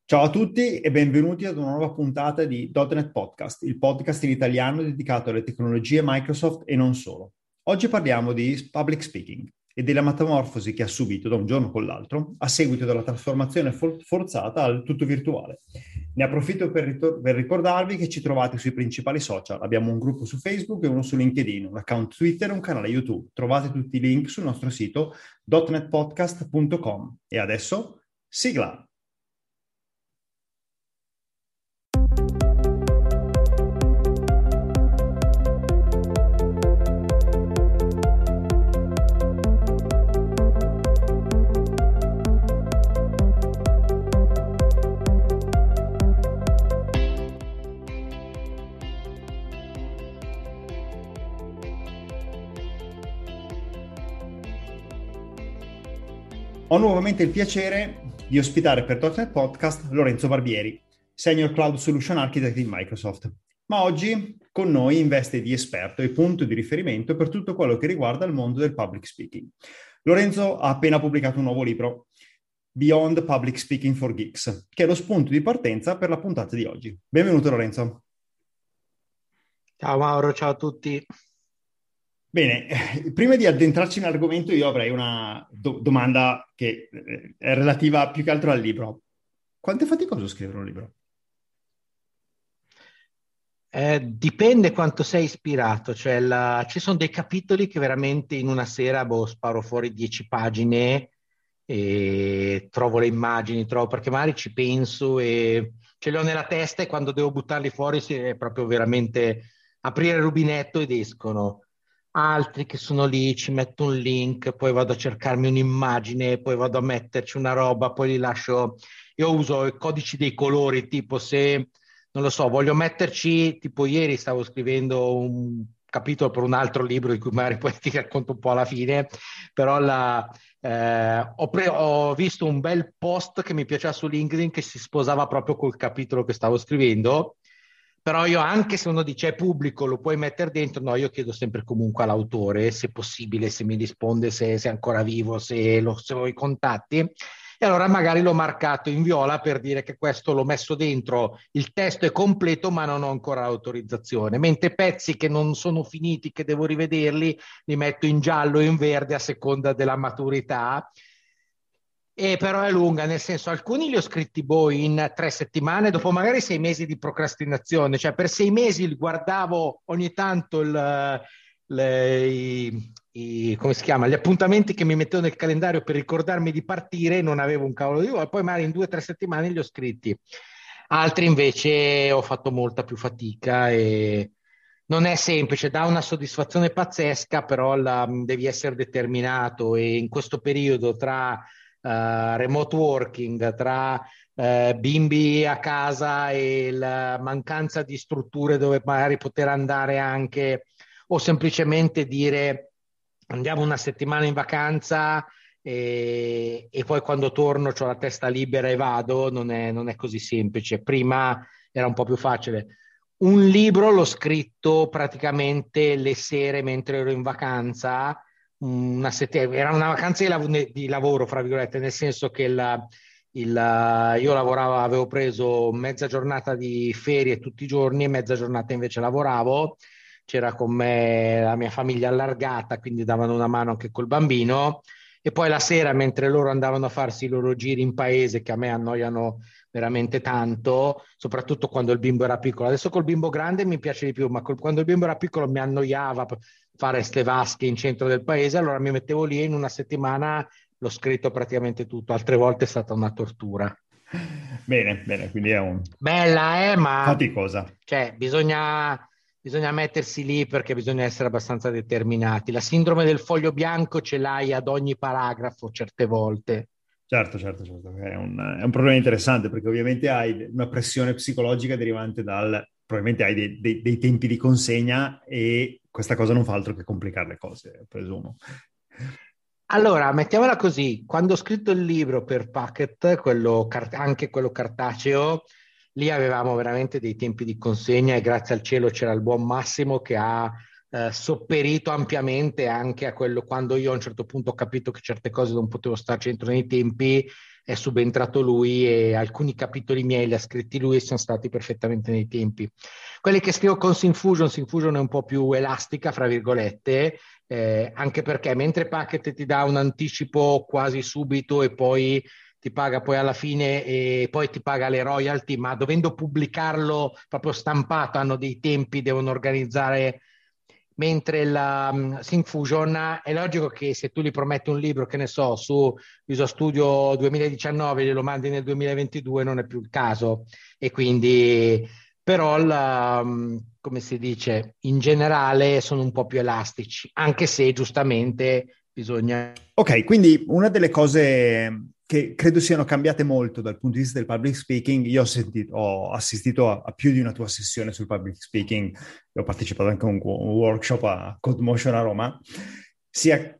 Ciao a tutti e benvenuti ad una nuova puntata di .NET Podcast, il podcast in italiano dedicato alle tecnologie Microsoft e non solo. Oggi parliamo di public speaking e della metamorfosi che ha subito da un giorno con l'altro a seguito della trasformazione forzata al tutto virtuale. Ne approfitto per ricordarvi che ci trovate sui principali social. Abbiamo un gruppo su Facebook e uno su LinkedIn, un account Twitter e un canale YouTube. Trovate tutti i link sul nostro sito .netpodcast.com. E adesso, sigla! Ho nuovamente il piacere di ospitare per .NET Podcast Lorenzo Barbieri, Senior Cloud Solution Architect di Microsoft. Ma oggi con noi in veste di esperto e punto di riferimento per tutto quello che riguarda il mondo del public speaking. Lorenzo ha appena pubblicato un nuovo libro, Beyond Public Speaking for Geeks, che è lo spunto di partenza per la puntata di oggi. Benvenuto Lorenzo. Ciao Mauro, ciao a tutti. Bene, prima di addentrarci nell'argomento io avrei una domanda che è relativa più che altro al libro. Quanto è faticoso scrivere un libro? Dipende quanto sei ispirato, ci sono dei capitoli che veramente in una sera sparo fuori 10 pagine e trovo le immagini, perché magari ci penso e ce li ho nella testa e quando devo buttarli fuori è proprio veramente aprire il rubinetto ed escono. Altri che sono lì, ci metto un link, poi vado a cercarmi un'immagine, poi vado a metterci una roba, poi li lascio. Io uso i codici dei colori, tipo se non lo so, voglio metterci, tipo ieri stavo scrivendo un capitolo per un altro libro di cui magari poi ti racconto un po' alla fine, però ho visto un bel post che mi piaceva su LinkedIn che si sposava proprio col capitolo che stavo scrivendo, però io anche se uno dice è pubblico, lo puoi mettere dentro, no, io chiedo sempre comunque all'autore, se possibile, se mi risponde, se è ancora vivo, se ho i contatti. E allora magari l'ho marcato in viola per dire che questo l'ho messo dentro, il testo è completo ma non ho ancora l'autorizzazione, mentre pezzi che non sono finiti, che devo rivederli, li metto in giallo e in verde a seconda della maturità. E però è lunga, nel senso, alcuni li ho scritti in 3 settimane, dopo magari 6 mesi di procrastinazione, cioè per 6 mesi guardavo ogni tanto come si chiama, gli appuntamenti che mi mettevo nel calendario per ricordarmi di partire e non avevo un cavolo di volo, poi magari in 2 o 3 settimane li ho scritti. Altri invece ho fatto molta più fatica e non è semplice, dà una soddisfazione pazzesca, però devi essere determinato e in questo periodo tra remote working, tra bimbi a casa e la mancanza di strutture dove magari poter andare anche o semplicemente dire andiamo una settimana in vacanza e poi quando torno ho la testa libera e vado, non è così semplice. Prima era un po' più facile. Un libro l'ho scritto praticamente le sere mentre ero in vacanza, era una vacanza di lavoro, fra virgolette, nel senso che io lavoravo, avevo preso mezza giornata di ferie tutti i giorni e mezza giornata invece lavoravo. C'era con me la mia famiglia allargata, quindi davano una mano anche col bambino. E poi la sera, mentre loro andavano a farsi i loro giri in paese, che a me annoiano veramente tanto, soprattutto quando il bimbo era piccolo. Adesso col bimbo grande mi piace di più, ma quando il bimbo era piccolo mi annoiava fare ste vasche in centro del paese, allora mi mettevo lì e in una settimana l'ho scritto praticamente tutto, altre volte è stata una tortura. Bene, bene, quindi è un Bella, ma faticosa. cioè, bisogna mettersi lì perché bisogna essere abbastanza determinati. La sindrome del foglio bianco ce l'hai ad ogni paragrafo certe volte. Certo, certo, certo, è un problema interessante perché ovviamente hai una pressione psicologica derivante probabilmente hai dei tempi di consegna e questa cosa non fa altro che complicare le cose, presumo. Allora, mettiamola così, quando ho scritto il libro per Packet, anche quello cartaceo, lì avevamo veramente dei tempi di consegna e grazie al cielo c'era il buon Massimo che ha sopperito ampiamente anche a quello quando io a un certo punto ho capito che certe cose non potevo starci dentro nei tempi, è subentrato lui e alcuni capitoli miei li ha scritti lui e sono stati perfettamente nei tempi. Quelli che scrivo con Syncfusion è un po' più elastica, fra virgolette, anche perché mentre Packet ti dà un anticipo quasi subito e poi ti paga poi alla fine e poi ti paga le royalty, ma dovendo pubblicarlo proprio stampato hanno dei tempi, devono organizzare. Mentre la Syncfusion è logico che se tu gli prometti un libro, che ne so, su Visual Studio 2019 glielo mandi nel 2022 non è più il caso e quindi però come si dice, in generale sono un po' più elastici, anche se giustamente bisogna. Ok, quindi una delle cose che credo siano cambiate molto dal punto di vista del public speaking, io ho assistito a più di una tua sessione sul public speaking, e ho partecipato anche a un workshop a CodeMotion a Roma, sia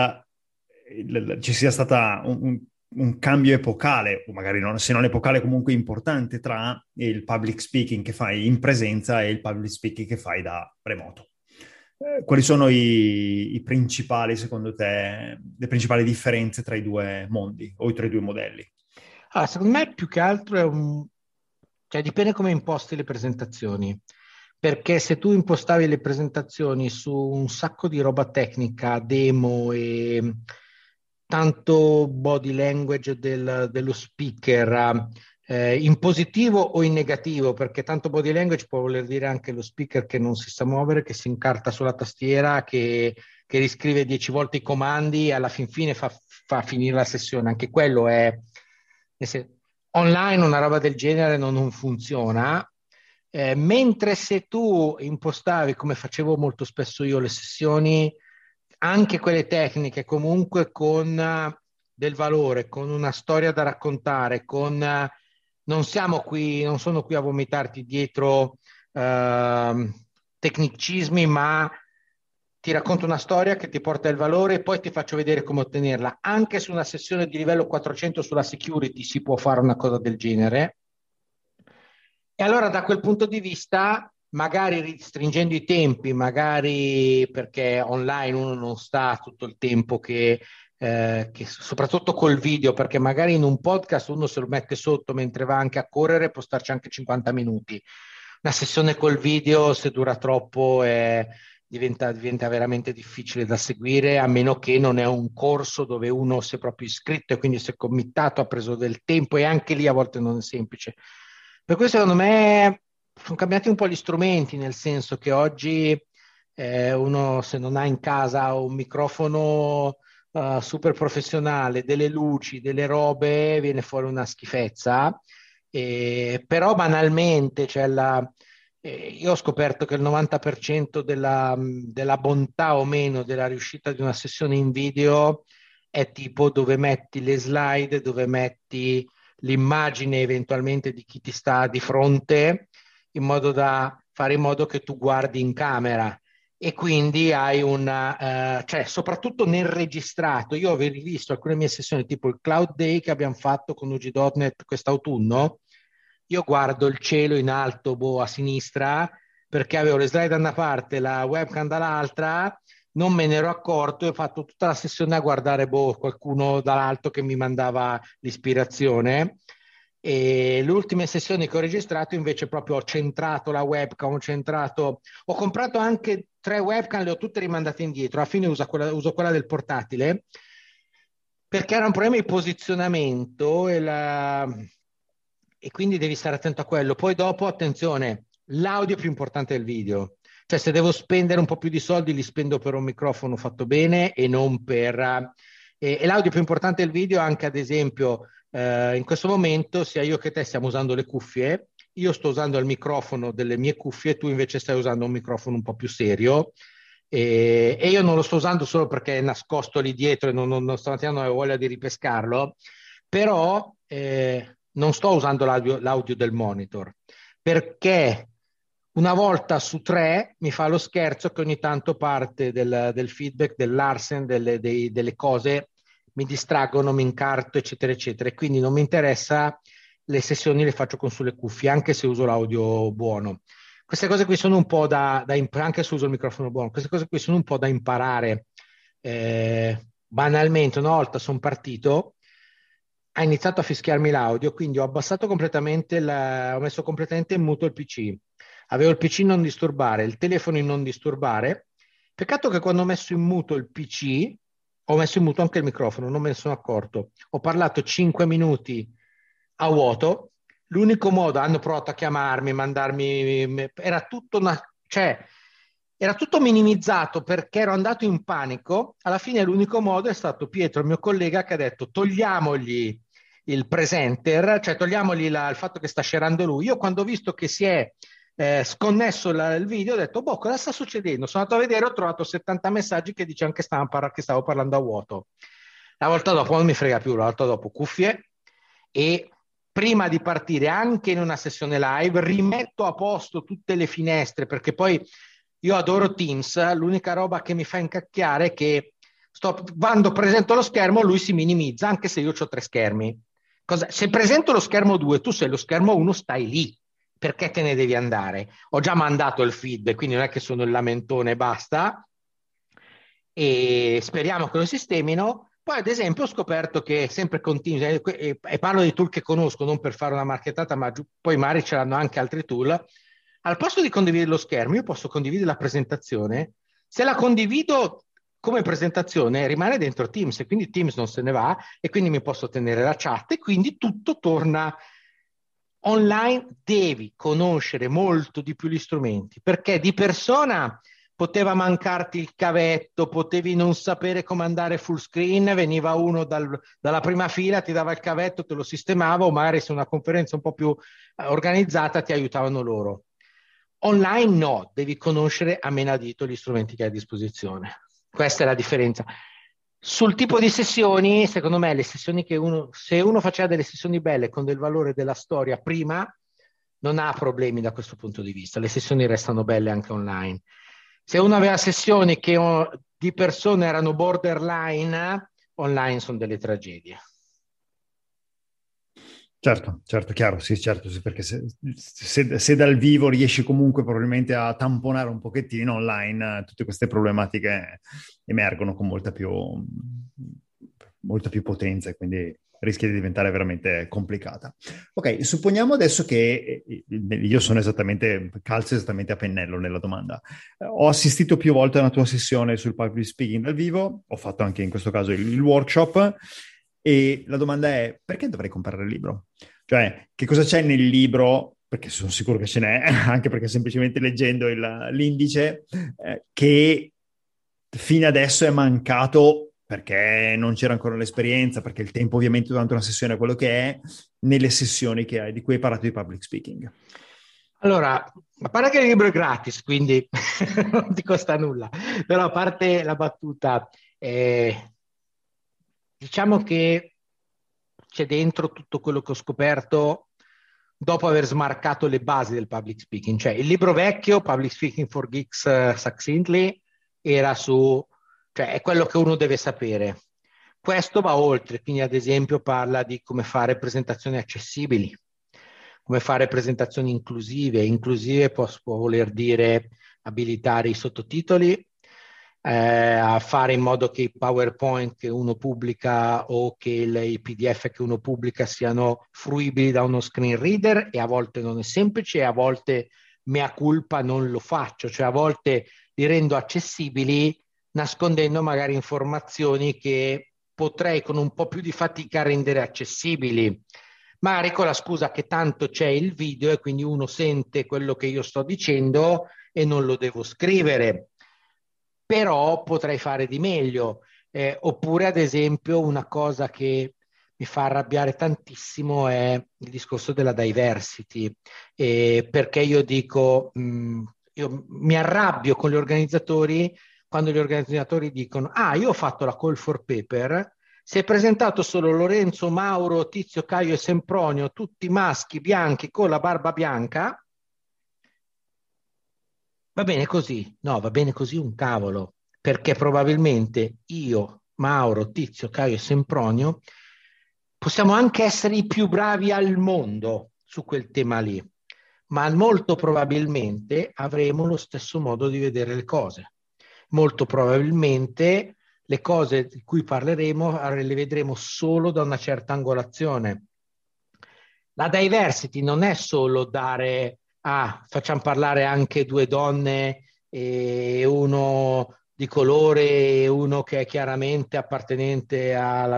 ci sia stata un cambio epocale, o magari non, se non epocale comunque importante, tra il public speaking che fai in presenza e il public speaking che fai da remoto. Quali sono i principali, secondo te, le principali differenze tra i due mondi o tra i due modelli? Allora, secondo me più che altro cioè dipende come imposti le presentazioni, perché se tu impostavi le presentazioni su un sacco di roba tecnica, demo e tanto body language dello speaker, in positivo o in negativo, perché tanto body language può voler dire anche lo speaker che non si sa muovere, che si incarta sulla tastiera, che riscrive 10 volte i comandi e alla fin fine fa finire la sessione. Anche quello è online una roba del genere non funziona. Mentre se tu impostavi, come facevo molto spesso io, le sessioni, anche quelle tecniche, comunque con del valore, con una storia da raccontare, non siamo qui, non sono qui a vomitarti dietro tecnicismi, ma ti racconto una storia che ti porta il valore e poi ti faccio vedere come ottenerla. Anche su una sessione di livello 400 sulla security si può fare una cosa del genere. E allora da quel punto di vista, magari ristringendo i tempi, magari perché online uno non sta tutto il tempo che soprattutto col video, perché magari in un podcast uno se lo mette sotto mentre va anche a correre, può starci anche 50 minuti. Una sessione col video, se dura troppo, diventa veramente difficile da seguire, a meno che non è un corso dove uno si è proprio iscritto e quindi si è committato, ha preso del tempo e anche lì a volte non è semplice. Per questo secondo me sono cambiati un po' gli strumenti, nel senso che oggi uno se non ha in casa un microfono super professionale, delle luci, delle robe, viene fuori una schifezza. Però banalmente, io ho scoperto che il 90% della bontà o meno della riuscita di una sessione in video è tipo dove metti le slide, dove metti l'immagine eventualmente di chi ti sta di fronte, in modo da fare in modo che tu guardi in camera e quindi hai cioè soprattutto nel registrato, io ho rivisto alcune mie sessioni tipo il Cloud Day che abbiamo fatto con UG.NET quest'autunno, io guardo il cielo in alto, a sinistra, perché avevo le slide da una parte, la webcam dall'altra, non me ne ero accorto e ho fatto tutta la sessione a guardare qualcuno dall'alto che mi mandava l'ispirazione. E le ultime sessioni che ho registrato invece proprio ho centrato la webcam, ho comprato anche 3 webcam, le ho tutte rimandate indietro, alla fine uso quella del portatile perché era un problema di posizionamento e quindi devi stare attento a quello. Poi dopo, attenzione, l'audio è più importante del video. Cioè se devo spendere un po' più di soldi li spendo per un microfono fatto bene e non per. E l'audio è più importante del video anche ad esempio in questo momento sia io che te stiamo usando le cuffie, io sto usando il microfono delle mie cuffie, tu invece stai usando un microfono un po' più serio e io non lo sto usando solo perché è nascosto lì dietro e stamattina non avevo voglia di ripescarlo, però non sto usando l'audio del monitor perché una volta su 3 mi fa lo scherzo che ogni tanto parte del feedback, dell'Arsen, delle cose, mi distraggono, mi incarto, eccetera, eccetera. E quindi non mi interessa, le sessioni le faccio con sulle cuffie, anche se uso l'audio buono. Queste cose qui sono un po' anche se uso il microfono buono, queste cose qui sono un po' da imparare. Banalmente, una volta sono partito, ha iniziato a fischiarmi l'audio, quindi ho abbassato completamente, ho messo completamente in muto il PC. Avevo il PC in non disturbare, il telefono in non disturbare. Peccato che quando ho messo in muto il PC, ho messo in muto anche il microfono, non me ne sono accorto. Ho parlato 5 minuti a vuoto. L'unico modo, hanno provato a chiamarmi, mandarmi, era tutto cioè, era tutto minimizzato perché ero andato in panico. Alla fine l'unico modo è stato Pietro, il mio collega, che ha detto togliamogli il presenter, cioè togliamogli il fatto che sta scerando lui. Io quando ho visto che si è sconnesso il video, ho detto, boh, cosa sta succedendo? Sono andato a vedere, ho trovato 70 messaggi che dicevano che stavo parlando a vuoto. La volta dopo non mi frega più, la volta dopo cuffie e prima di partire anche in una sessione live rimetto a posto tutte le finestre, perché poi io adoro Teams, l'unica roba che mi fa incacchiare è che quando presento lo schermo lui si minimizza, anche se io ho 3 schermi. Se presento lo schermo 2, tu sei lo schermo 1, stai lì. Perché te ne devi andare? Ho già mandato il feed, quindi non è che sono il lamentone e basta. E speriamo che lo sistemino. Poi, ad esempio, ho scoperto che sempre con Teams, e parlo di tool che conosco, non per fare una marchettata, ma poi magari ce l'hanno anche altri tool. Al posto di condividere lo schermo, io posso condividere la presentazione. Se la condivido come presentazione, rimane dentro Teams e quindi Teams non se ne va e quindi mi posso tenere la chat e quindi tutto torna online. Devi conoscere molto di più gli strumenti perché di persona poteva mancarti il cavetto, potevi non sapere come andare full screen, veniva uno dalla prima fila, ti dava il cavetto, te lo sistemava o magari se una conferenza un po' più organizzata ti aiutavano loro. Online no, devi conoscere a menadito gli strumenti che hai a disposizione. Questa è la differenza. Sul tipo di sessioni, secondo me, le sessioni se uno faceva delle sessioni belle con del valore della storia prima, non ha problemi da questo punto di vista. Le sessioni restano belle anche online. Se uno aveva sessioni che di persone erano borderline, online sono delle tragedie. Certo, certo, chiaro, sì, certo, sì, perché se dal vivo riesci comunque probabilmente a tamponare un pochettino online, tutte queste problematiche emergono con molta più potenza e quindi rischia di diventare veramente complicata. Ok, supponiamo adesso che io sono calzo esattamente a pennello nella domanda. Ho assistito più volte a una tua sessione sul public speaking dal vivo, ho fatto anche in questo caso il workshop. E la domanda è, perché dovrei comprare il libro? Cioè, che cosa c'è nel libro? Perché sono sicuro che ce n'è, anche perché semplicemente leggendo l'indice, che fino adesso è mancato perché non c'era ancora l'esperienza, perché il tempo ovviamente durante una sessione è quello che è, nelle sessioni di cui hai parlato di public speaking. Allora, a parte che il libro è gratis, quindi non ti costa nulla, però a parte la battuta, diciamo che c'è dentro tutto quello che ho scoperto dopo aver smarcato le basi del public speaking. Cioè, il libro vecchio, Public Speaking for Geeks Succinctly, era cioè è quello che uno deve sapere. Questo va oltre, quindi ad esempio parla di come fare presentazioni accessibili, come fare presentazioni inclusive. Inclusive può voler dire abilitare i sottotitoli, a fare in modo che i PowerPoint che uno pubblica o che i PDF che uno pubblica siano fruibili da uno screen reader, e a volte non è semplice e a volte mea culpa non lo faccio, cioè a volte li rendo accessibili nascondendo magari informazioni che potrei con un po' più di fatica rendere accessibili, magari con la scusa che tanto c'è il video e quindi uno sente quello che io sto dicendo e non lo devo scrivere, però potrei fare di meglio. Oppure, ad esempio, una cosa che mi fa arrabbiare tantissimo è il discorso della diversity, perché io dico, io mi arrabbio con gli organizzatori quando gli organizzatori dicono: ah, io ho fatto la call for paper, si è presentato solo Lorenzo, Mauro, Tizio, Caio e Sempronio, tutti maschi bianchi con la barba bianca. Va bene così? No, va bene così un cavolo, perché probabilmente io, Mauro, Tizio, Caio e Sempronio possiamo anche essere i più bravi al mondo su quel tema lì, ma molto probabilmente avremo lo stesso modo di vedere le cose. Molto probabilmente le cose di cui parleremo le vedremo solo da una certa angolazione. La diversity non è solo dare, facciamo parlare anche due donne e uno di colore e uno che è chiaramente appartenente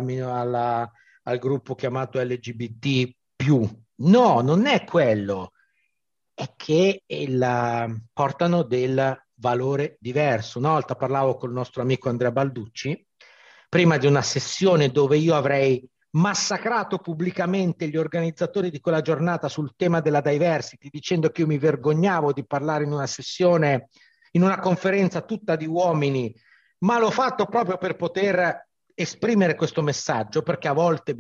al gruppo chiamato LGBT+. No, non è quello, è che portano del valore diverso. Una volta parlavo col nostro amico Andrea Balducci, prima di una sessione dove io avrei massacrato pubblicamente gli organizzatori di quella giornata sul tema della diversity, dicendo che io mi vergognavo di parlare in una sessione, in una conferenza tutta di uomini, ma l'ho fatto proprio per poter esprimere questo messaggio, perché a volte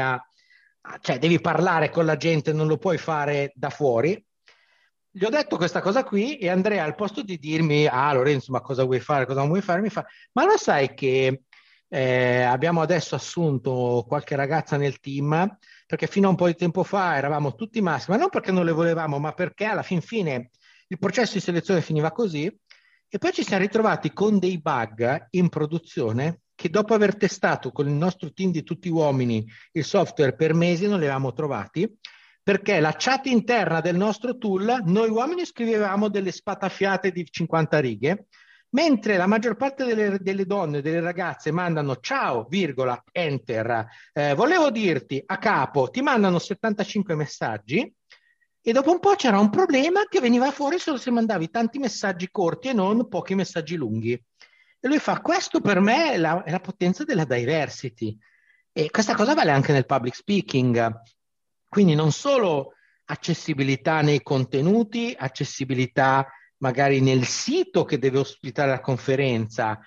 devi parlare con la gente, non lo puoi fare da fuori. Gli ho detto questa cosa qui e Andrea, al posto di dirmi, Lorenzo, ma cosa vuoi fare, cosa non vuoi fare, mi fa, ma lo sai che abbiamo adesso assunto qualche ragazza nel team, perché fino a un po' di tempo fa eravamo tutti maschi, ma non perché non le volevamo, ma perché alla fin fine il processo di selezione finiva così, e poi ci siamo ritrovati con dei bug in produzione che dopo aver testato con il nostro team di tutti uomini il software per mesi non li avevamo trovati, perché la chat interna del nostro tool, noi uomini scrivevamo delle spatafiate di 50 righe, mentre la maggior parte delle donne, delle ragazze mandano ciao, virgola, enter, volevo dirti a capo, ti mandano 75 messaggi e dopo un po' c'era un problema che veniva fuori solo se mandavi tanti messaggi corti e non pochi messaggi lunghi. E lui fa, questo per me è la potenza della diversity. E questa cosa vale anche nel public speaking. Quindi non solo accessibilità nei contenuti, accessibilità magari nel sito che deve ospitare la conferenza,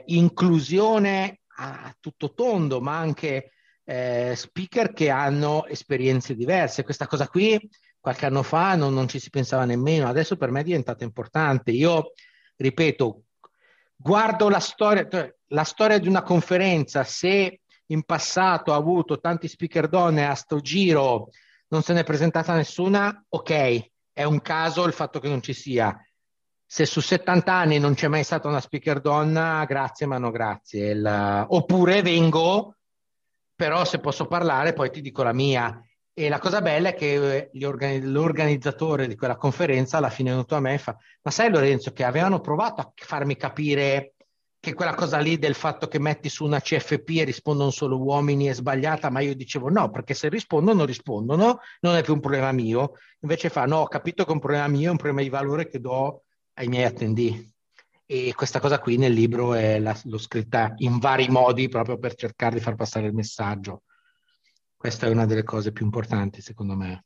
inclusione a tutto tondo, ma anche speaker che hanno esperienze diverse. Questa cosa qui qualche anno fa non ci si pensava nemmeno, adesso per me è diventata importante. Io, ripeto, guardo la storia di una conferenza, se in passato ha avuto tanti speaker donne, a sto giro non se n'è presentata nessuna, ok, è un caso il fatto che non ci sia. Se su 70 anni non c'è mai stata una speaker donna, grazie ma no grazie. Oppure vengo, però se posso parlare poi ti dico la mia. E la cosa bella è che l'organizzatore di quella conferenza alla fine è venuto a me e fa, ma sai Lorenzo che avevano provato a farmi capire che quella cosa lì del fatto che metti su una CFP e rispondono solo uomini è sbagliata, ma io dicevo no, perché se rispondono, non è più un problema mio. Invece fa, no, ho capito che è un problema mio, è un problema di valore che do ai miei attendee. E questa cosa qui nel libro l'ho scritta in vari modi proprio per cercare di far passare il messaggio. Questa è una delle cose più importanti, secondo me.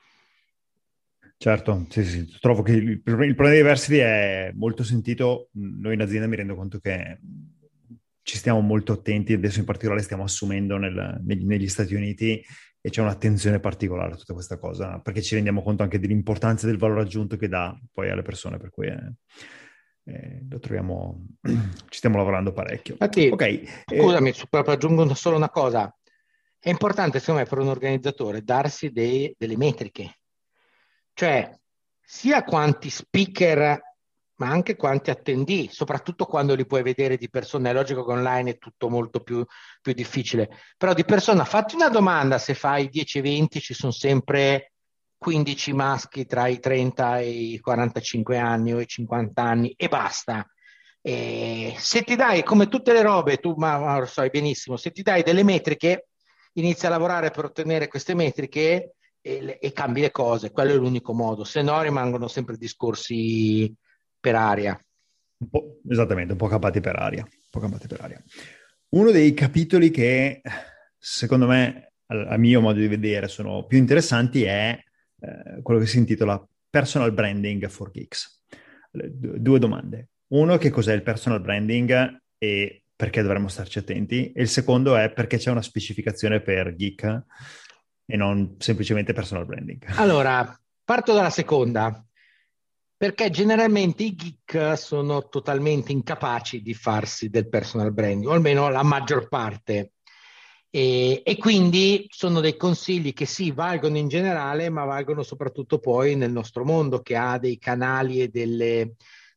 Certo, sì, trovo che il problema di diversity è molto sentito. Noi in azienda mi rendo conto che ci stiamo molto attenti, adesso in particolare stiamo assumendo negli Stati Uniti e c'è un'attenzione particolare a tutta questa cosa, perché ci rendiamo conto anche dell'importanza del valore aggiunto che dà poi alle persone, per cui lo troviamo, ci stiamo lavorando parecchio. Infatti, Ok, scusami, proprio aggiungo solo una cosa. È importante, secondo me, per un organizzatore darsi delle metriche, cioè sia quanti speaker, ma anche quanti attendee, soprattutto quando li puoi vedere di persona. È logico che online è tutto molto più difficile, però di persona fatti una domanda, se fai 10 eventi ci sono sempre 15 maschi tra i 30 e i 45 anni o i 50 anni e basta. E se ti dai, come tutte le robe, tu ma lo sai benissimo, se ti dai delle metriche, inizi a lavorare per ottenere queste metriche e cambi le cose. Quello è l'unico modo, se no rimangono sempre discorsi per aria. Esattamente, un po' campati per aria. Un po' campati per aria. Uno dei capitoli che, secondo me, a mio modo di vedere, sono più interessanti è quello che si intitola Personal Branding for Geeks. Due domande. Uno, che cos'è il personal branding e perché dovremmo starci attenti? E il secondo è perché c'è una specificazione per geek e non semplicemente personal branding. Allora, parto dalla seconda, perché generalmente i geek sono totalmente incapaci di farsi del personal branding, o almeno la maggior parte. E quindi sono dei consigli che sì, valgono in generale, ma valgono soprattutto poi nel nostro mondo che ha dei canali e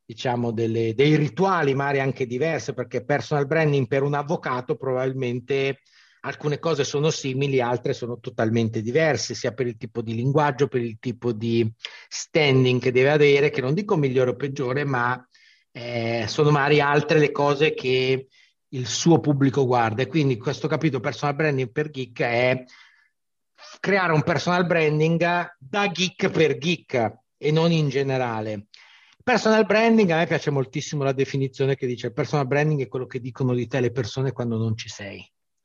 diciamo, dei rituali magari anche diversi, perché personal branding per un avvocato probabilmente alcune cose sono simili, altre sono totalmente diverse, sia per il tipo di linguaggio, per il tipo di standing che deve avere, che non dico migliore o peggiore, ma sono magari altre le cose che il suo pubblico guarda. E quindi questo capitolo personal branding per geek è creare un personal branding da geek per geek e non in generale. Personal branding, a me piace moltissimo la definizione che dice: il personal branding è quello che dicono di te le persone quando non ci sei.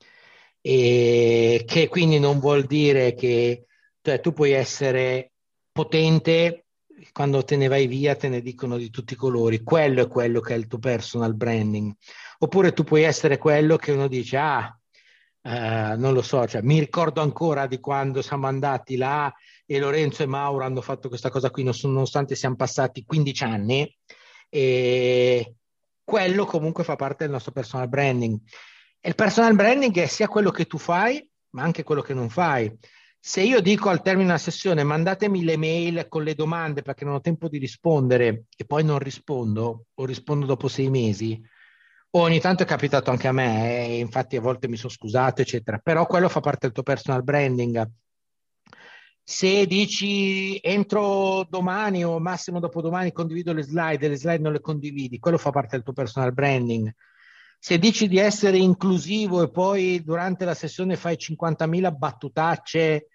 E che quindi non vuol dire che, cioè, tu puoi essere potente, quando te ne vai via te ne dicono di tutti i colori. Quello è quello che è il tuo personal branding. Oppure tu puoi essere quello che uno dice: non lo so, cioè, mi ricordo ancora di quando siamo andati là e Lorenzo e Mauro hanno fatto questa cosa qui, nonostante siamo passati 15 anni, e quello comunque fa parte del nostro personal branding. E il personal branding è sia quello che tu fai, ma anche quello che non fai. Se io dico al termine della sessione mandatemi le mail con le domande perché non ho tempo di rispondere e poi non rispondo o rispondo dopo 6 mesi, o ogni tanto è capitato anche a me, e infatti a volte mi sono scusato, eccetera, però quello fa parte del tuo personal branding. Se dici entro domani o massimo dopodomani condivido le slide e le slide non le condividi, quello fa parte del tuo personal branding. Se dici di essere inclusivo e poi durante la sessione fai 50.000 battutacce,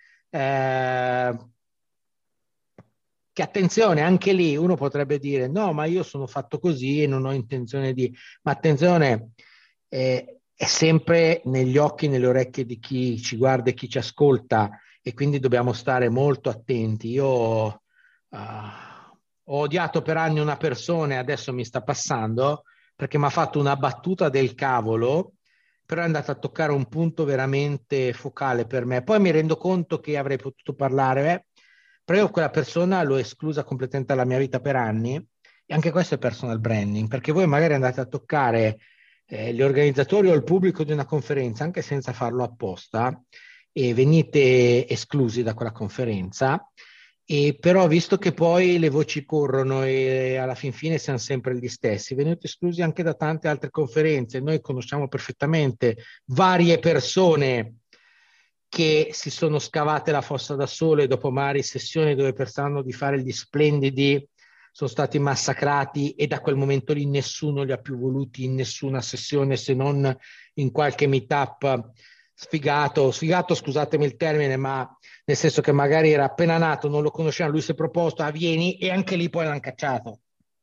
che attenzione, anche lì uno potrebbe dire no, ma io sono fatto così e non ho intenzione di... Ma attenzione, è sempre negli occhi, nelle orecchie di chi ci guarda e chi ci ascolta, e quindi dobbiamo stare molto attenti. Io ho odiato per anni una persona e adesso mi sta passando perché mi ha fatto una battuta del cavolo, però è andata a toccare un punto veramente focale per me. Poi mi rendo conto che avrei potuto parlare, però io quella persona l'ho esclusa completamente dalla mia vita per anni, e anche questo è personal branding, perché voi magari andate a toccare gli organizzatori o il pubblico di una conferenza anche senza farlo apposta e venite esclusi da quella conferenza, e però visto che poi le voci corrono e alla fin fine siamo sempre gli stessi, venite esclusi anche da tante altre conferenze. Noi conosciamo perfettamente varie persone che si sono scavate la fossa da sole dopo magari sessioni dove pensavano di fare gli splendidi, sono stati massacrati e da quel momento lì nessuno li ha più voluti in nessuna sessione se non in qualche meetup sfigato, sfigato scusatemi il termine, ma nel senso che magari era appena nato, non lo conoscevano, lui si è proposto, vieni, e anche lì poi l'hanno cacciato.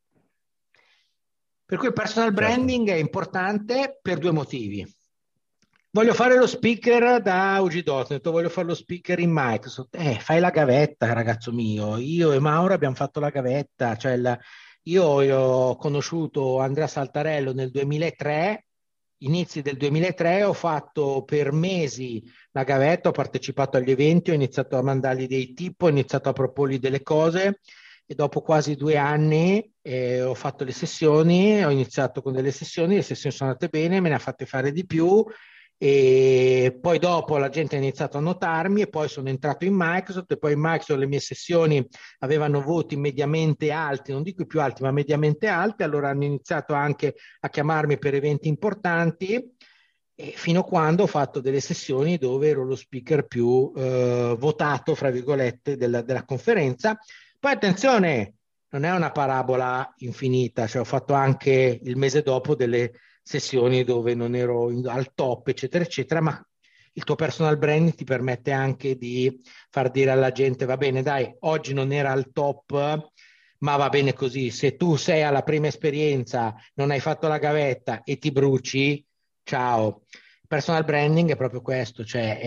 Per cui il personal Certo. branding è importante per due motivi. Voglio fare lo speaker da UG.NET, voglio fare lo speaker in Microsoft. Fai la gavetta, ragazzo mio. Io e Mauro abbiamo fatto la gavetta. Io ho conosciuto Andrea Saltarello nel 2003, inizi del 2003, ho fatto per mesi la gavetta, ho partecipato agli eventi, ho iniziato a mandargli dei tip, ho iniziato a proporgli delle cose, e dopo quasi 2 anni ho fatto le sessioni, ho iniziato con delle sessioni, le sessioni sono andate bene, me ne ha fatte fare di più, e poi dopo la gente ha iniziato a notarmi e poi sono entrato in Microsoft, e poi in Microsoft le mie sessioni avevano voti mediamente alti, non dico i più alti ma mediamente alti, allora hanno iniziato anche a chiamarmi per eventi importanti, e fino a quando ho fatto delle sessioni dove ero lo speaker più votato, fra virgolette, della conferenza. Poi attenzione, non è una parabola infinita, cioè ho fatto anche il mese dopo delle sessioni dove non ero al top, eccetera, eccetera, ma il tuo personal brand ti permette anche di far dire alla gente: va bene, dai, oggi non era al top, ma va bene così. Se tu sei alla prima esperienza, non hai fatto la gavetta e ti bruci, ciao. Personal branding è proprio questo, cioè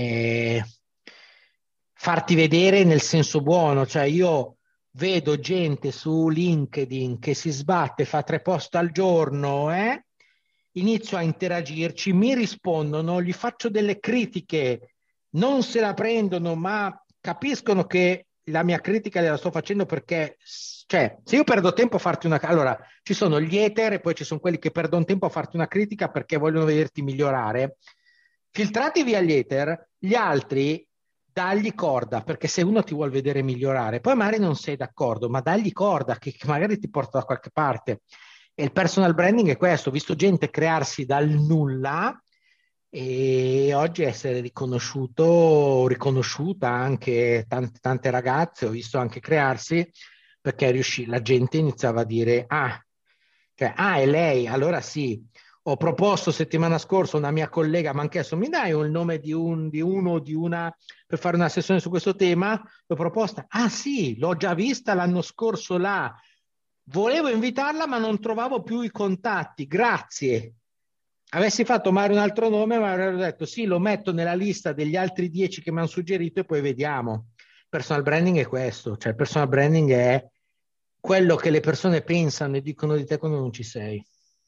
farti vedere nel senso buono, cioè io vedo gente su LinkedIn che si sbatte, fa 3 post al giorno, inizio a interagirci, mi rispondono, gli faccio delle critiche, non se la prendono, ma capiscono che la mia critica gliela sto facendo perché, cioè, se io perdo tempo a farti una... Allora, ci sono gli hater e poi ci sono quelli che perdono tempo a farti una critica perché vogliono vederti migliorare. Filtrati via gli hater, gli altri dagli corda, perché se uno ti vuol vedere migliorare, poi magari non sei d'accordo, ma dagli corda che magari ti porta da qualche parte. E il personal branding è questo, ho visto gente crearsi dal nulla e oggi essere riconosciuto, riconosciuta anche tante ragazze, ho visto anche crearsi perché la gente iniziava a dire, cioè, è lei, allora sì. Ho proposto settimana scorsa a una mia collega, ma anche adesso mi dai il nome di uno o di una per fare una sessione su questo tema? L'ho proposta. Ah sì, l'ho già vista l'anno scorso là. Volevo invitarla, ma non trovavo più i contatti. Grazie. Avessi fatto magari un altro nome, ma avrei detto sì, lo metto nella lista degli altri 10 che mi hanno suggerito e poi vediamo. Personal branding è questo, cioè il personal branding è quello che le persone pensano e dicono di te quando non ci sei.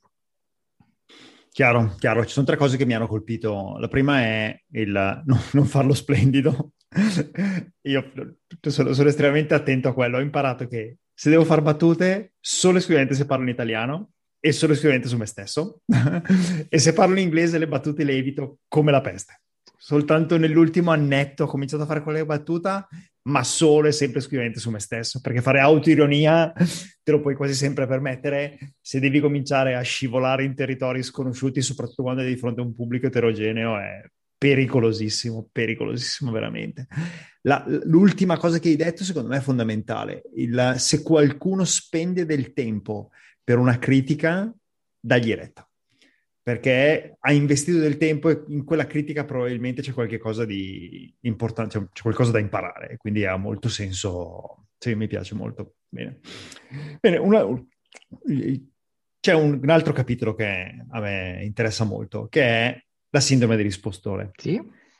Chiaro, chiaro. Ci sono tre cose che mi hanno colpito. La prima è il non farlo splendido. Io sono estremamente attento a quello. Ho imparato che se devo fare battute, solo e esclusivamente se parlo in italiano e solo e esclusivamente su me stesso. E se parlo in inglese, le battute le evito come la peste. Soltanto nell'ultimo annetto ho cominciato a fare qualche battuta, ma solo e sempre esclusivamente su me stesso, perché fare autoironia te lo puoi quasi sempre permettere. Se devi cominciare a scivolare in territori sconosciuti, soprattutto quando è di fronte a un pubblico eterogeneo, è pericolosissimo, pericolosissimo veramente. L'ultima cosa che hai detto secondo me è fondamentale. Se qualcuno spende del tempo per una critica, dagli retta, perché ha investito del tempo e in quella critica probabilmente c'è qualche cosa di importante, c'è qualcosa da imparare, quindi ha molto senso. Sì, mi piace molto. Bene. Bene, c'è un altro capitolo che a me interessa molto, che è la sindrome del rispostore. Sì?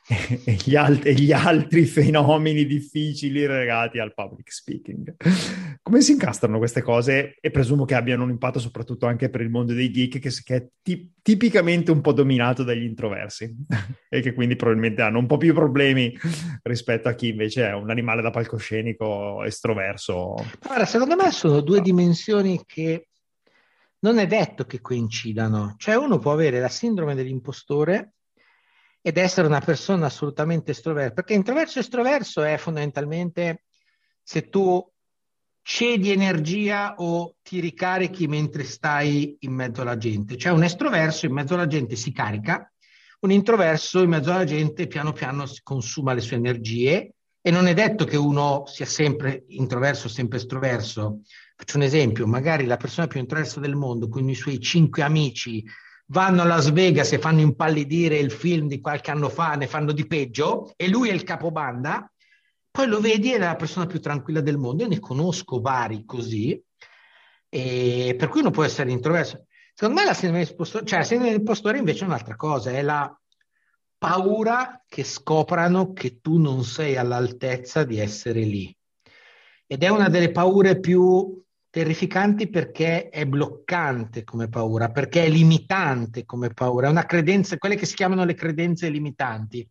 E gli altri fenomeni difficili legati al public speaking. Come si incastrano queste cose? E presumo che abbiano un impatto soprattutto anche per il mondo dei geek, che è tipicamente un po' dominato dagli introversi e che quindi probabilmente hanno un po' più problemi rispetto a chi invece è un animale da palcoscenico estroverso. Allora, secondo me sono due dimensioni che non è detto che coincidano. Cioè uno può avere la sindrome dell'impostore ed essere una persona assolutamente estroversa, perché introverso e estroverso è fondamentalmente se tu cedi energia o ti ricarichi mentre stai in mezzo alla gente. Cioè un estroverso in mezzo alla gente si carica, un introverso in mezzo alla gente piano piano si consuma le sue energie e non è detto che uno sia sempre introverso o sempre estroverso. Faccio un esempio, magari la persona più introversa del mondo con i suoi 5 amici vanno a Las Vegas e fanno impallidire il film di qualche anno fa, ne fanno di peggio, e lui è il capobanda, poi lo vedi, è la persona più tranquilla del mondo. Io ne conosco vari così, e per cui uno può essere introverso. Secondo me la sindrome dell'impostore, cioè la sindrome dell'impostore invece è un'altra cosa, è la paura che scoprano che tu non sei all'altezza di essere lì. Ed è una delle paure più terrificanti perché è bloccante come paura, perché è limitante come paura, è una credenza, quelle che si chiamano le credenze limitanti.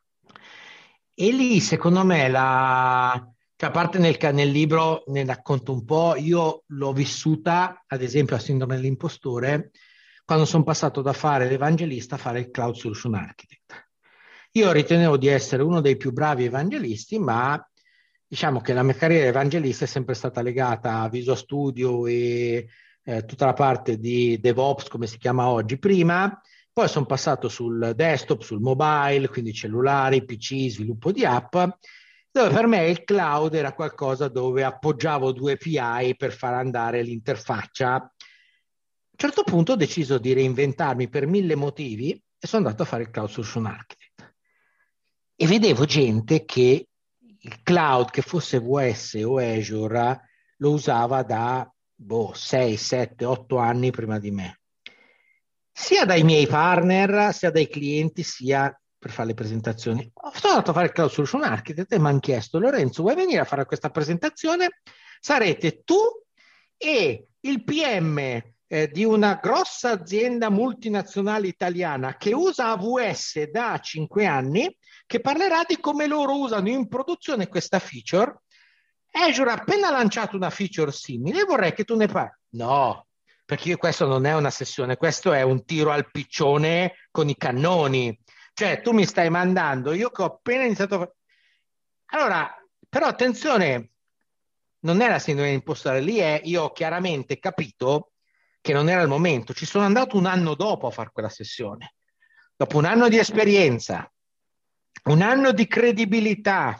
E lì, secondo me, cioè, a parte nel libro ne racconto un po', io l'ho vissuta, ad esempio, la sindrome dell'impostore, quando sono passato da fare l'evangelista a fare il Cloud Solution Architect. Io ritenevo di essere uno dei più bravi evangelisti, ma diciamo che la mia carriera evangelista è sempre stata legata a Visual Studio e tutta la parte di DevOps, come si chiama oggi, prima. Poi sono passato sul desktop, sul mobile, quindi cellulari, PC, sviluppo di app, dove per me il cloud era qualcosa dove appoggiavo due API per far andare l'interfaccia. A un certo punto ho deciso di reinventarmi per 1000 motivi e sono andato a fare il Cloud Solution Architect. E vedevo gente che il cloud, che fosse AWS o Azure, lo usava da 6, 7, 8 anni prima di me. Sia dai miei partner, sia dai clienti, sia per fare le presentazioni. Sono andato a fare il Cloud Solution Architect e mi hanno chiesto: Lorenzo, vuoi venire a fare questa presentazione? Sarete tu e il PM di una grossa azienda multinazionale italiana che usa AWS da 5 anni, che parlerà di come loro usano in produzione questa feature. Azure ha appena lanciato una feature simile, vorrei che tu ne parli. No, perché questo non è una sessione, questo è un tiro al piccione con i cannoni. Cioè, tu mi stai mandando, io che ho appena iniziato a Allora, però attenzione, non è la sindrome dell'impostore, lì è, io ho chiaramente capito che non era il momento. Ci sono andato un anno dopo a fare quella sessione, dopo un anno di esperienza, un anno di credibilità,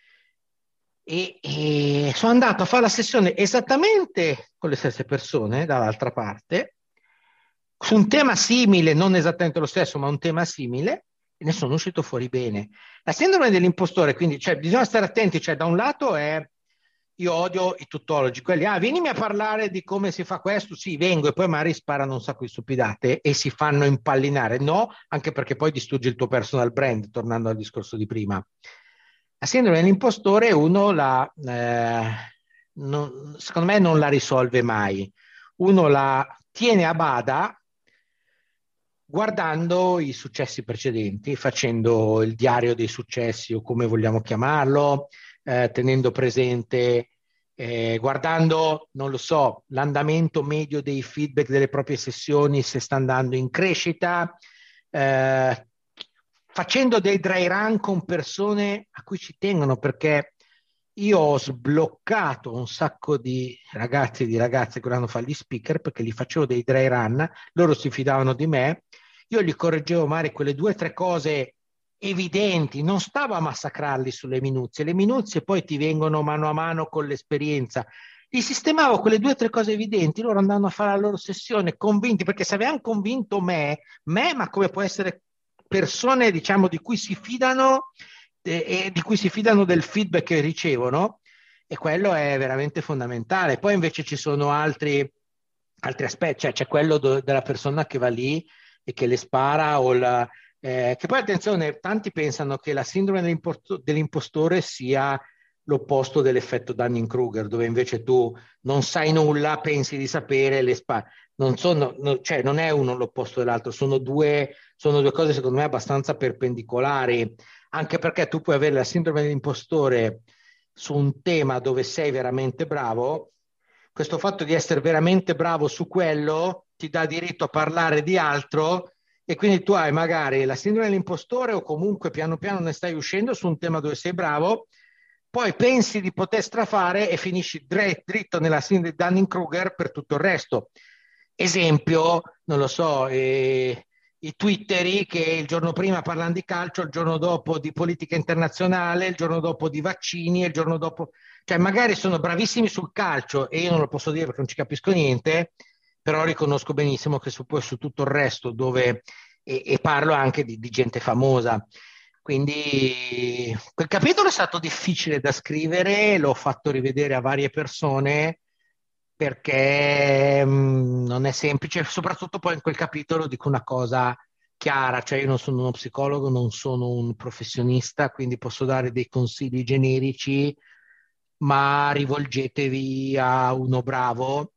e sono andato a fare la sessione esattamente con le stesse persone dall'altra parte, su un tema simile, non esattamente lo stesso, ma un tema simile, e ne sono uscito fuori bene. La sindrome dell'impostore, quindi, cioè, bisogna stare attenti, cioè, da un lato è, io odio i tuttologi, quelli, vienimi a parlare di come si fa questo, sì, vengo, e poi magari sparano un sacco di stupidate e si fanno impallinare. No, anche perché poi distrugge il tuo personal brand, tornando al discorso di prima. La sindrome dell'impostore uno secondo me non la risolve mai. Uno la tiene a bada guardando i successi precedenti, facendo il diario dei successi o come vogliamo chiamarlo, tenendo presente, guardando, non lo so, l'andamento medio dei feedback delle proprie sessioni, se sta andando in crescita, eh, facendo dei dry run con persone a cui ci tengono, perché io ho sbloccato un sacco di ragazzi e di ragazze che volevano fare gli speaker perché gli facevo dei dry run, loro si fidavano di me, io gli correggevo magari quelle 2 o 3 cose evidenti, non stavo a massacrarli sulle minuzie, le minuzie poi ti vengono mano a mano con l'esperienza. Gli sistemavo quelle 2 o 3 cose evidenti, loro andavano a fare la loro sessione convinti, perché se avevano convinto ma come può essere persone, diciamo, di cui si fidano e di cui si fidano del feedback che ricevono, e quello è veramente fondamentale. Poi invece ci sono altri aspetti, cioè c'è quello della persona che va lì e che le spara che poi attenzione, tanti pensano che la sindrome dell'impostore sia l'opposto dell'effetto Dunning-Kruger, dove invece tu non sai nulla, pensi di sapere, le spari. Non sono, cioè non è uno l'opposto dell'altro, sono due cose secondo me abbastanza perpendicolari, anche perché tu puoi avere la sindrome dell'impostore su un tema dove sei veramente bravo. Questo fatto di essere veramente bravo su quello ti dà diritto a parlare di altro, e quindi tu hai magari la sindrome dell'impostore o comunque piano piano ne stai uscendo su un tema dove sei bravo, poi pensi di poter strafare e finisci dritto nella sindrome di Dunning-Kruger per tutto il resto. Esempio, non lo so, i twitteri che il giorno prima parlano di calcio, il giorno dopo di politica internazionale, il giorno dopo di vaccini, il giorno dopo, cioè magari sono bravissimi sul calcio e io non lo posso dire perché non ci capisco niente, però riconosco benissimo che poi su tutto il resto dove, e parlo anche di gente famosa. Quindi quel capitolo è stato difficile da scrivere, l'ho fatto rivedere a varie persone perché non è semplice, soprattutto poi in quel capitolo dico una cosa chiara, cioè io non sono uno psicologo, non sono un professionista, quindi posso dare dei consigli generici, ma rivolgetevi a uno bravo.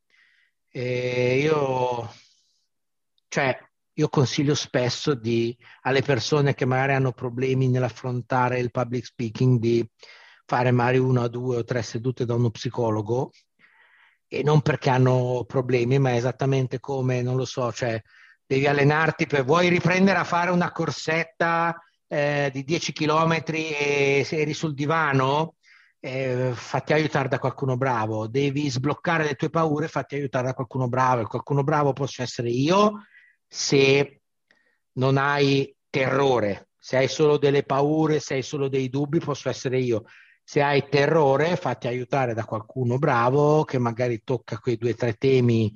Io, cioè, io consiglio spesso alle persone che magari hanno problemi nell'affrontare il public speaking di fare magari 1 o 2 o 3 sedute da uno psicologo, e non perché hanno problemi, ma esattamente come, non lo so, cioè devi allenarti vuoi riprendere a fare una corsetta di 10 km e se eri sul divano, fatti aiutare da qualcuno bravo, devi sbloccare le tue paure, fatti aiutare da qualcuno bravo, e qualcuno bravo posso essere io se non hai terrore, se hai solo delle paure, se hai solo dei dubbi, posso essere io. Se hai terrore, fatti aiutare da qualcuno bravo che magari tocca quei 2 o 3 temi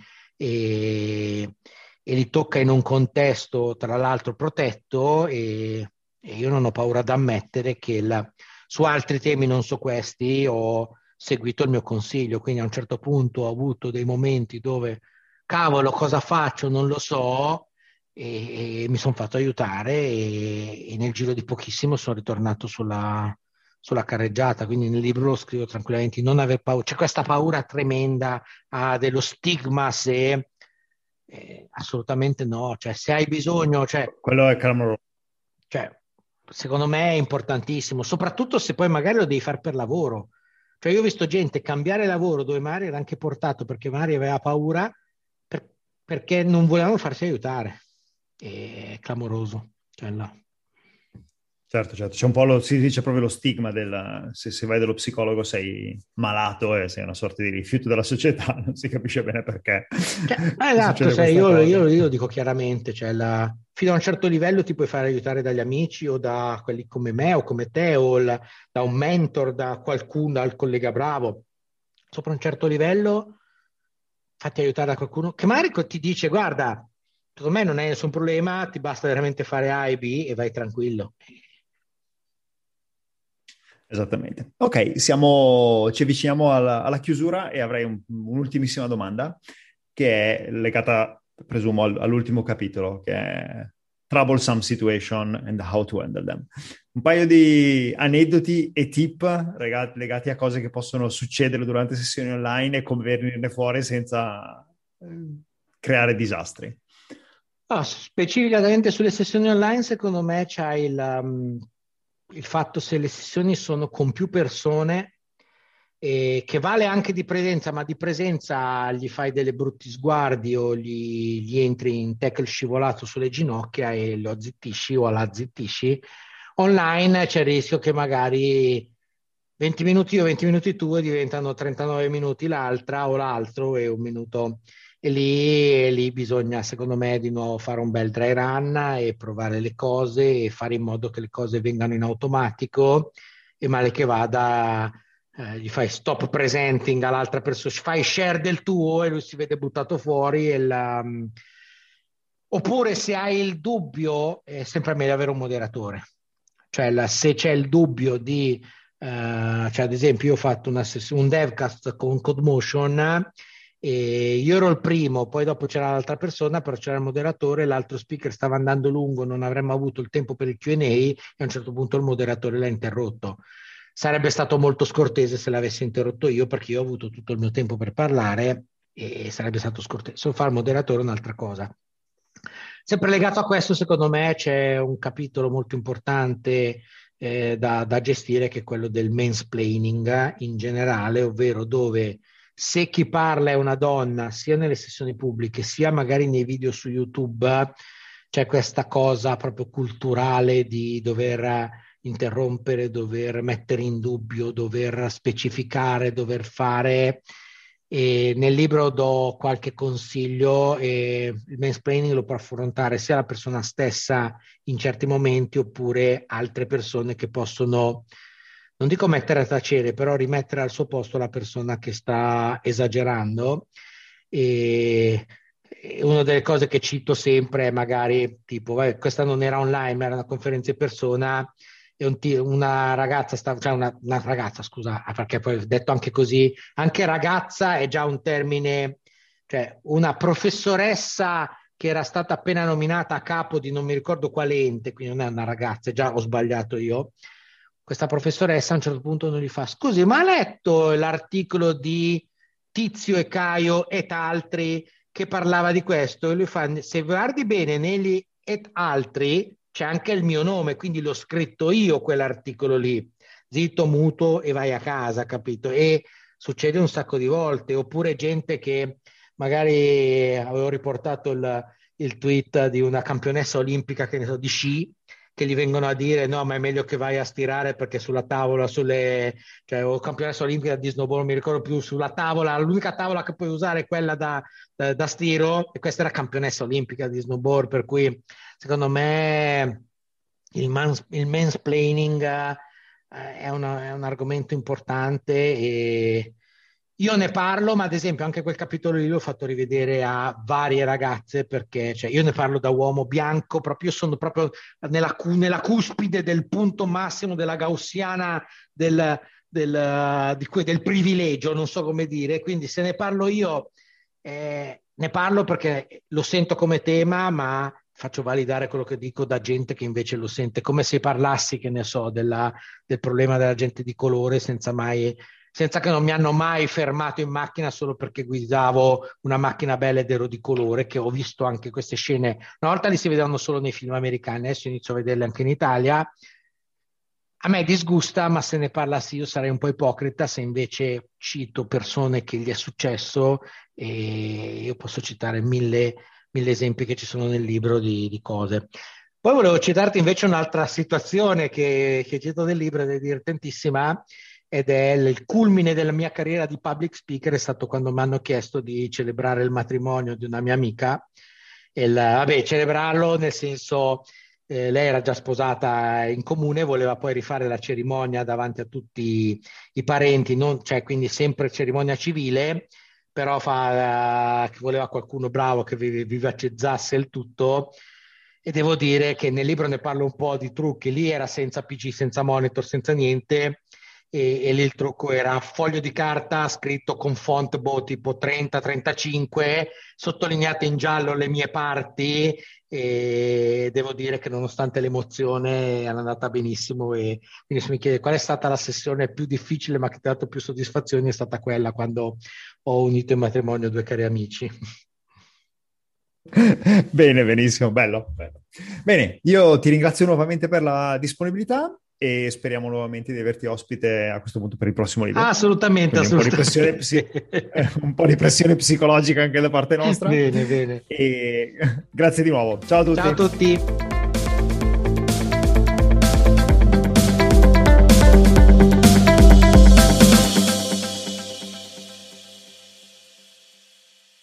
e li tocca in un contesto tra l'altro protetto, e io non ho paura ad ammettere che su altri temi, non so questi, ho seguito il mio consiglio, quindi a un certo punto ho avuto dei momenti dove cavolo, cosa faccio? Non lo so, e mi sono fatto aiutare, e nel giro di pochissimo sono ritornato sulla carreggiata, quindi nel libro lo scrivo tranquillamente, non aver paura, c'è questa paura tremenda dello stigma se assolutamente no, cioè se hai bisogno, Quello è clamoroso. cioè, secondo me è importantissimo, soprattutto se poi magari lo devi fare per lavoro. Cioè io ho visto gente cambiare lavoro dove magari era anche portato perché magari aveva paura perché non volevano farsi aiutare. È clamoroso. Cioè, no. Certo, certo, c'è un po' si dice proprio lo stigma del se vai dallo psicologo sei malato e sei una sorta di rifiuto della società, non si capisce bene perché Cioè, ti esatto, succede cioè, questa io cosa. lo dico chiaramente, cioè fino a un certo livello ti puoi fare aiutare dagli amici o da quelli come me o come te da un mentor, da qualcuno, dal collega bravo. Sopra un certo livello fatti aiutare da qualcuno che magari ti dice guarda, secondo me non è nessun problema, ti basta veramente fare A e B e vai tranquillo. Esattamente. Ok, ci avviciniamo alla chiusura e avrei un'ultimissima domanda che è legata, presumo, all'ultimo capitolo, che è Troublesome Situation and How to Handle Them. Un paio di aneddoti e tip legati a cose che possono succedere durante sessioni online e come venirne fuori senza creare disastri. Ah, specificatamente sulle sessioni online, secondo me c'è il fatto se le sessioni sono con più persone, che vale anche di presenza, ma di presenza gli fai delle brutti sguardi o gli entri in tackle scivolato sulle ginocchia e lo azzittisci o la azzittisci. Online c'è il rischio che magari 20 minuti io, 20 minuti tu e diventano 39 minuti l'altra o l'altro e un minuto. E lì bisogna, secondo me, di nuovo fare un bel dry run e provare le cose e fare in modo che le cose vengano in automatico e male che vada, gli fai stop presenting all'altra persona, fai share del tuo e lui si vede buttato fuori. Oppure se hai il dubbio, è sempre meglio avere un moderatore. Cioè, se c'è il dubbio cioè ad esempio io ho fatto un devcast con CodeMotion e io ero il primo, poi dopo c'era l'altra persona, però c'era il moderatore, l'altro speaker stava andando lungo, non avremmo avuto il tempo per il Q&A e a un certo punto il moderatore l'ha interrotto. Sarebbe stato molto scortese se l'avessi interrotto io perché io ho avuto tutto il mio tempo per parlare e sarebbe stato scortese. Se fa il moderatore è un'altra cosa. Sempre legato a questo, secondo me c'è un capitolo molto importante da gestire che è quello del mansplaining in generale, ovvero dove se chi parla è una donna, sia nelle sessioni pubbliche, sia magari nei video su YouTube, c'è questa cosa proprio culturale di dover interrompere, dover mettere in dubbio, dover specificare, dover fare. E nel libro do qualche consiglio e il mansplaining lo può affrontare sia la persona stessa in certi momenti oppure altre persone che possono, non dico mettere a tacere, però rimettere al suo posto la persona che sta esagerando. E una delle cose che cito sempre è magari tipo, questa non era online, ma era una conferenza in persona e una ragazza, cioè una ragazza, scusa, perché poi detto anche così, anche ragazza è già un termine, cioè una professoressa che era stata appena nominata a capo di non mi ricordo quale ente, quindi non è una ragazza, già ho sbagliato io. Questa professoressa a un certo punto non gli fa, scusi, ma ha letto l'articolo di Tizio e Caio et altri che parlava di questo? E lui fa, se guardi bene negli et altri c'è anche il mio nome, quindi l'ho scritto io quell'articolo lì, zitto, muto e vai a casa, capito? E succede un sacco di volte, oppure gente che magari avevo riportato il tweet di una campionessa olimpica, che ne so, di sci, che gli vengono a dire no, ma è meglio che vai a stirare perché sulla tavola, cioè, o campionessa olimpica di snowboard, non mi ricordo più, sulla tavola, l'unica tavola che puoi usare è quella da stiro, e questa era campionessa olimpica di snowboard, per cui secondo me il mansplaining è un argomento importante e io ne parlo, ma ad esempio anche quel capitolo lì l'ho fatto rivedere a varie ragazze perché cioè, io ne parlo da uomo bianco, proprio io sono proprio nella cuspide del punto massimo della gaussiana del privilegio, non so come dire, quindi se ne parlo io, ne parlo perché lo sento come tema, ma faccio validare quello che dico da gente che invece lo sente, come se parlassi, che ne so, del problema della gente di colore senza che non mi hanno mai fermato in macchina solo perché guidavo una macchina bella ed ero di colore, che ho visto anche queste scene. Una volta li si vedevano solo nei film americani, adesso inizio a vederle anche in Italia. A me disgusta, ma se ne parlassi io sarei un po' ipocrita se invece cito persone che gli è successo e io posso citare mille esempi che ci sono nel libro di cose. Poi volevo citarti invece un'altra situazione che cito del libro ed è divertentissima, ed è il culmine della mia carriera di public speaker, è stato quando mi hanno chiesto di celebrare il matrimonio di una mia amica. Vabbè, celebrarlo nel senso, lei era già sposata in comune, voleva poi rifare la cerimonia davanti a tutti i parenti, cioè, quindi sempre cerimonia civile, però che voleva qualcuno bravo che vivacizzasse il tutto. E devo dire che nel libro ne parlo un po' di trucchi. Lì era senza PC, senza monitor, senza niente, e lì il trucco era foglio di carta scritto con font tipo 30-35, sottolineate in giallo le mie parti, e devo dire che nonostante l'emozione è andata benissimo. E quindi se mi chiede qual è stata la sessione più difficile ma che ti ha dato più soddisfazioni, è stata quella quando ho unito in matrimonio due cari amici. Bene, benissimo, bello, bello. Bene, io ti ringrazio nuovamente per la disponibilità e speriamo nuovamente di averti ospite a questo punto per il prossimo Ah, libro. assolutamente, Quindi un po' di pressione, assolutamente. un po' di pressione psicologica anche da parte nostra. Bene, bene. E grazie di nuovo. Ciao a Ciao a tutti. tutti.